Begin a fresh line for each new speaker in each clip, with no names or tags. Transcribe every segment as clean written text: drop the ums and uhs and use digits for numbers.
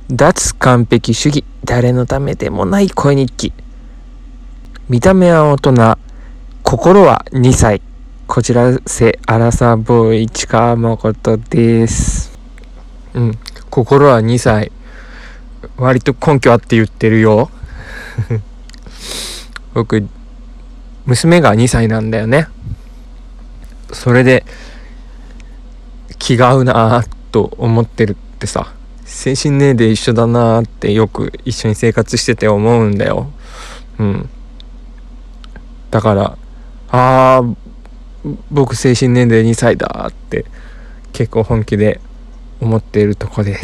脱完璧主義、誰のためでもない恋日記。見た目は大人、心は2歳。こちらせアラサーボーイ市川誠です。心は2歳。割と根拠あって言ってるよ。僕娘が2歳なんだよね。それで気が合うなと思ってるってさ、精神年齢一緒だなってよく一緒に生活してて思うんだよ。だから僕精神年齢2歳だって結構本気で思っているとこです。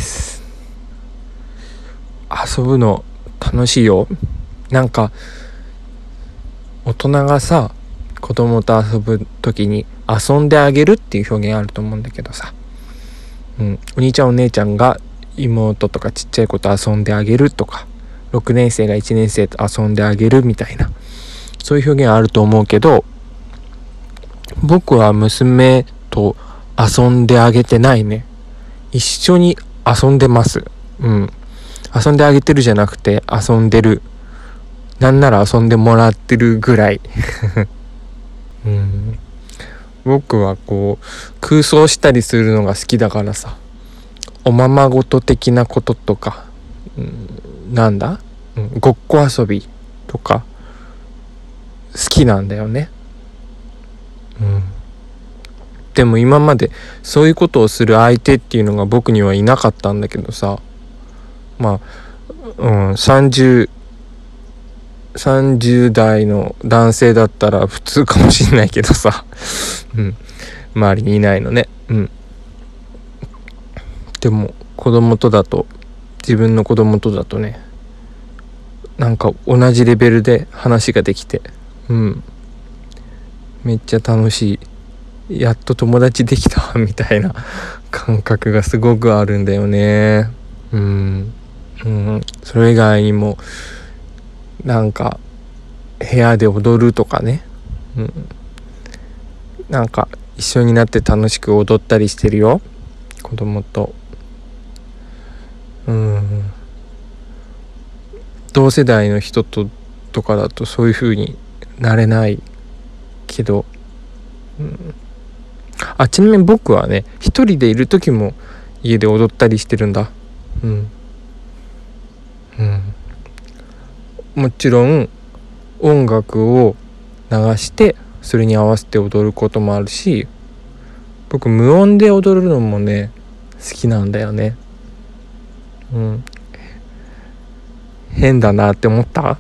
遊ぶの楽しいよ。なんか大人がさ、子供と遊ぶ時に遊んであげるっていう表現あると思うんだけどさ、お兄ちゃんお姉ちゃんが妹とかちっちゃい子と遊んであげるとか、6年生が1年生と遊んであげるみたいな、そういう表現あると思うけど、僕は娘と遊んであげてないね。一緒に遊んでます。遊んであげてるじゃなくて遊んでる。なんなら遊んでもらってるぐらい。僕はこう空想したりするのが好きだからさ、おままごと的なこととか、ごっこ遊びとか好きなんだよね。でも今までそういうことをする相手っていうのが僕にはいなかったんだけどさ、30代の男性だったら普通かもしれないけどさ、周りにいないのね。でも自分の子供とだとね、なんか同じレベルで話ができて、めっちゃ楽しい。やっと友達できたみたいな感覚がすごくあるんだよね。それ以外にもなんか部屋で踊るとかね、なんか一緒になって楽しく踊ったりしてるよ、子供と。同世代の人とかだとそういう風になれないけど、ちなみに僕はね、一人でいる時も家で踊ったりしてるんだ。もちろん音楽を流してそれに合わせて踊ることもあるし、僕無音で踊るのもね好きなんだよね。変だなって思った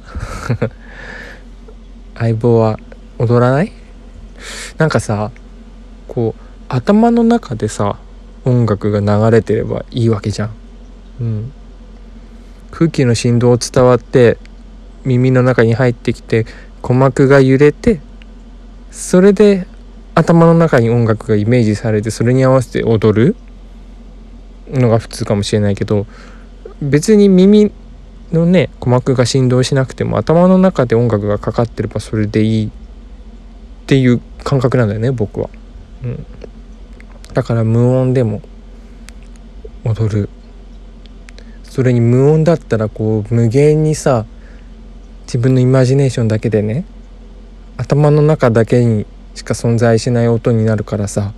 相棒は踊らない？なんかさ、こう頭の中でさ音楽が流れてればいいわけじゃん。空気の振動を伝わって耳の中に入ってきて鼓膜が揺れて、それで頭の中に音楽がイメージされて、それに合わせて踊るのが普通かもしれないけど、別に耳のね鼓膜が振動しなくても頭の中で音楽がかかってればそれでいいっていう感覚なんだよね、僕は。だから無音でも踊る。それに無音だったらこう無限にさ、自分のイマジネーションだけでね、頭の中だけにしか存在しない音になるからさ、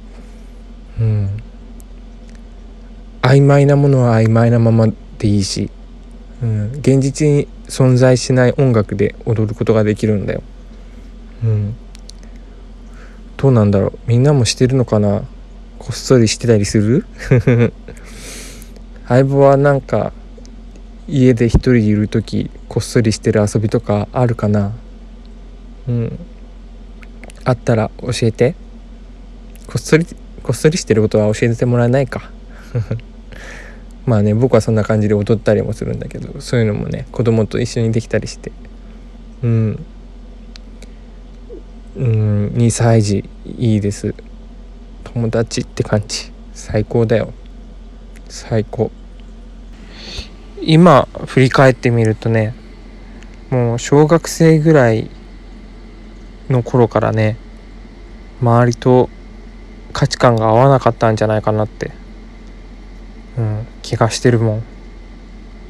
曖昧なものは曖昧なままでいいし、現実に存在しない音楽で踊ることができるんだよ。どうなんだろう、みんなもしてるのかな。こっそりしてたりする相棒はなんか家で一人でいるときこっそりしてる遊びとかあるかな。あったら教えて。こっそりしてることは教えてもらえないかまあね、僕はそんな感じで踊ったりもするんだけど、そういうのもね子供と一緒にできたりして、2歳児いいです。友達って感じ。最高だよ、最高。今振り返ってみるとね、もう小学生ぐらいの頃からね、周りと価値観が合わなかったんじゃないかなって、気がしてるもん。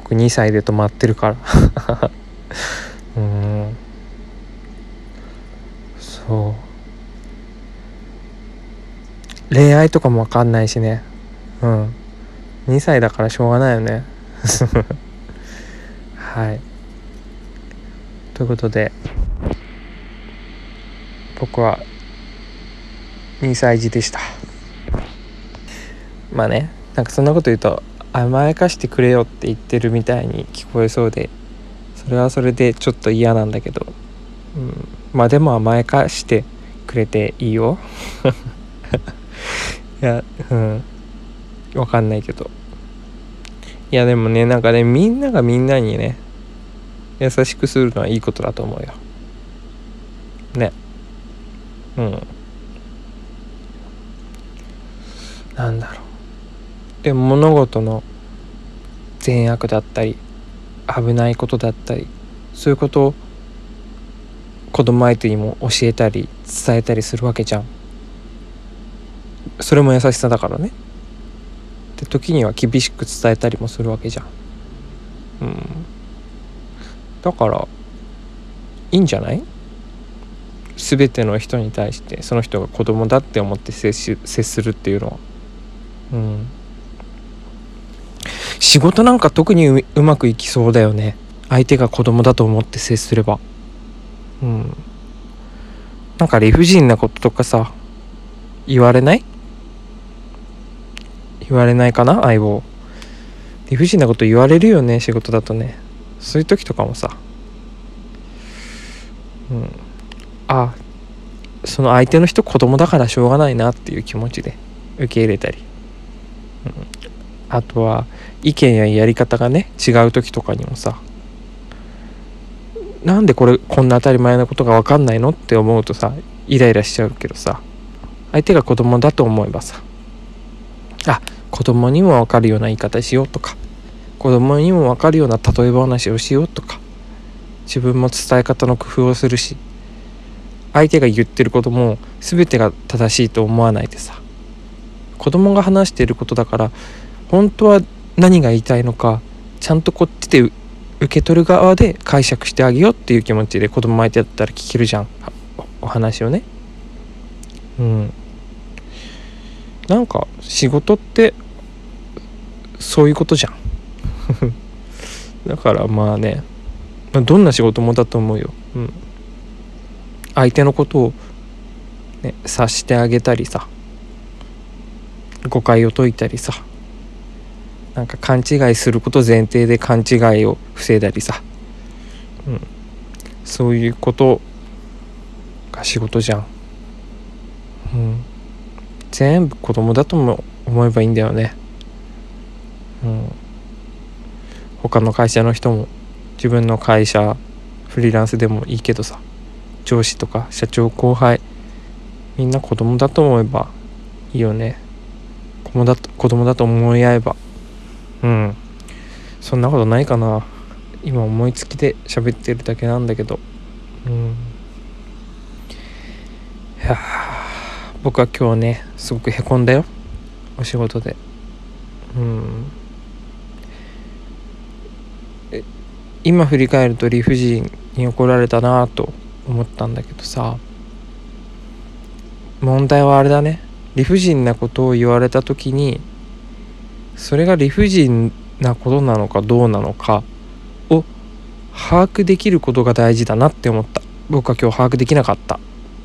僕2歳で止まってるからそう恋愛とかも分かんないしね。2歳だからしょうがないよねはいということで僕は2歳児でした。まあね、なんかそんなこと言うと甘やかしてくれよって言ってるみたいに聞こえそうで、それはそれでちょっと嫌なんだけど、まあでも甘やかしてくれていいよいやわかんないけど、いやでもね、なんかね、みんながみんなにね優しくするのはいいことだと思うよね。なんだろう、でも物事の善悪だったり危ないことだったり、そういうことを子供相手にも教えたり伝えたりするわけじゃん。それも優しさだからね。で時には厳しく伝えたりもするわけじゃん。だからいいんじゃない？全ての人に対してその人が子供だって思って接するっていうのは。仕事なんか特にうまくいきそうだよね。相手が子供だと思って接すれば。なんか理不尽なこととかさ、言われないかな、相棒。理不尽なこと言われるよね、仕事だとね。そういう時とかもさ、その相手の人子供だからしょうがないなっていう気持ちで受け入れたり、あとは意見ややり方がね違う時とかにもさ、なんでこんな当たり前なことが分かんないのって思うとさ、イライラしちゃうけどさ、相手が子供だと思えばさ、子供にも分かるような言い方しようとか、子供にも分かるような例え話をしようとか、自分も伝え方の工夫をするし、相手が言ってることも全てが正しいと思わないでさ、子供が話していることだから本当は何が言いたいのかちゃんとこっちで受け取る側で解釈してあげようっていう気持ちで子供相手だったら聞けるじゃん、お話をね。なんか仕事ってそういうことじゃんだからまあね、どんな仕事もだと思うよ。相手のことを、ね、察してあげたりさ、誤解を解いたりさ、なんか勘違いすること前提で勘違いを防いだりさ、そういうことが仕事じゃん。全部子供だとも思えばいいんだよね。他の会社の人も自分の会社フリーランスでもいいけどさ、上司とか社長後輩みんな子供だと思えばいいよね。子供だと思い合えば。そんなことないかな。今思いつきで喋ってるだけなんだけど、いや僕は今日ねすごくへこんだよ、お仕事で。今振り返ると理不尽に怒られたなと思ったんだけどさ、問題はあれだね、理不尽なことを言われた時にそれが理不尽なことなのかどうなのかを把握できることが大事だなって思った。僕は今日把握できなかった。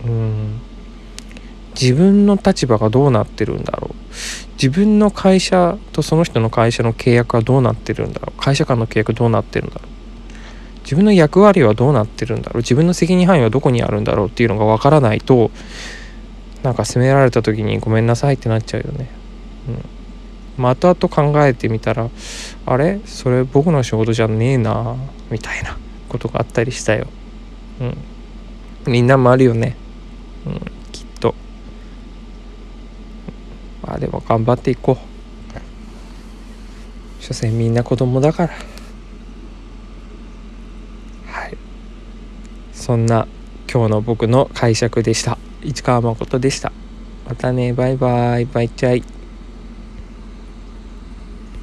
自分の立場がどうなってるんだろう、自分の会社とその人の会社の契約はどうなってるんだろう、会社間の契約どうなってるんだろう、自分の役割はどうなってるんだろう、自分の責任範囲はどこにあるんだろうっていうのが分からないと、なんか責められた時にごめんなさいってなっちゃうよね。後々考えてみたら、あれそれ僕の仕事じゃねえなみたいなことがあったりしたよ。みんなもあるよね。きっと。まあでも頑張っていこう。所詮みんな子供だから。はい。そんな今日の僕の解釈でした。市川誠でした。またね、バイバイ、バイチャイ。